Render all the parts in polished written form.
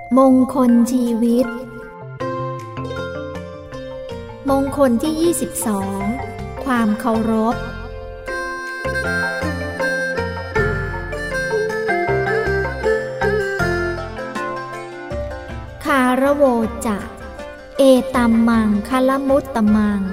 มงคลชีวิตมงคลที่22ความเคารพคารโวจะเอตัมมังคลมุตตมัง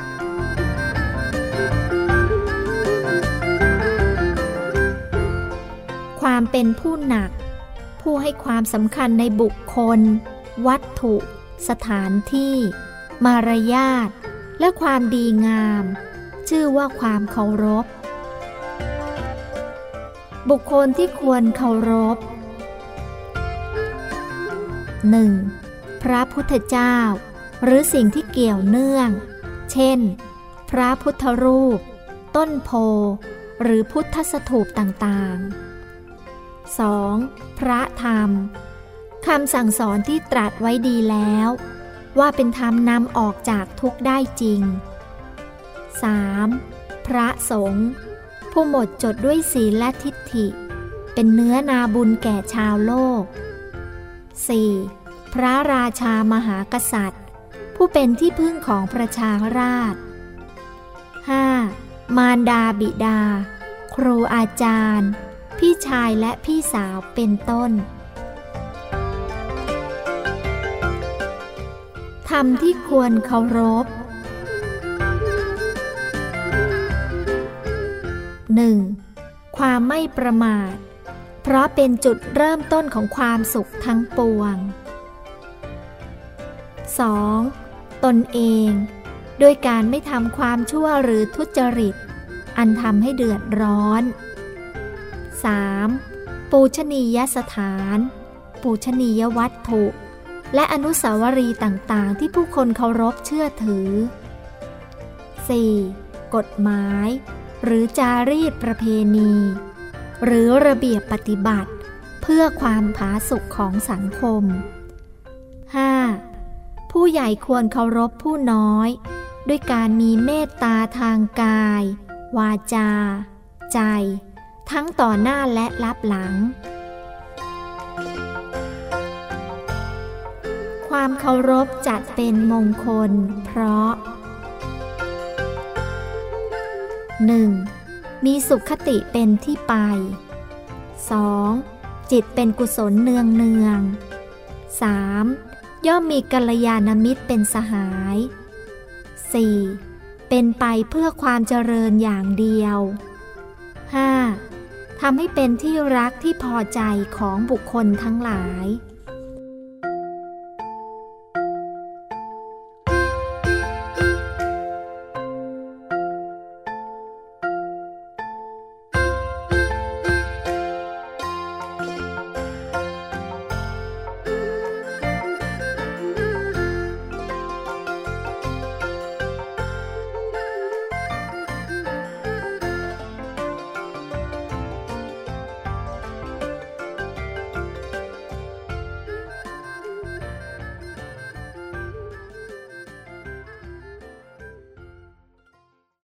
ความเป็นผู้หนักผู้ให้ความสำคัญในบุคคลวัตถุสถานที่มารยาทและความดีงามชื่อว่าความเคารพบุคคลที่ควรเคารพ 1. พระพุทธเจ้าหรือสิ่งที่เกี่ยวเนื่องเช่นพระพุทธรูปต้นโพหรือพุทธสถูปต่างๆ 2. พระธรรมคำสั่งสอนที่ตรัสไว้ดีแล้วว่าเป็นธรรมนำออกจากทุกข์ได้จริง 3. พระสงฆ์ผู้หมดจดด้วยศีลและทิฏฐิเป็นเนื้อนาบุญแก่ชาวโลก 4. พระราชามหากษัตริย์ผู้เป็นที่พึ่งของประชาราษฎร์ 5. มารดาบิดาครูอาจารย์พี่ชายและพี่สาวเป็นต้นธรรมที่ควรเคารพ 1. ความไม่ประมาทเพราะเป็นจุดเริ่มต้นของความสุขทั้งปวง 2. ตนเองโดยการไม่ทำความชั่วหรือทุจริตอันทำให้เดือดร้อน 3. ปูชนียสถานปูชนียวัตถุและอนุสาวรีย์ต่างๆที่ผู้คนเคารพเชื่อถือ 4. กฎหมายหรือจารีตประเพณีหรือระเบียบปฏิบัติเพื่อความผาสุกของสังคม 5. ผู้ใหญ่ควรเคารพผู้น้อยด้วยการมีเมตตาทางกายวาจาใจทั้งต่อหน้าและลับหลังความเคารพจัดเป็นมงคลเพราะ 1. มีสุขติเป็นที่ไป 2. จิตเป็นกุศลเนือง 3. ย่อมมีกัลยาณมิตรเป็นสหาย 4. เป็นไปเพื่อความเจริญอย่างเดียว 5. ทำให้เป็นที่รักที่พอใจของบุคคลทั้งหลาย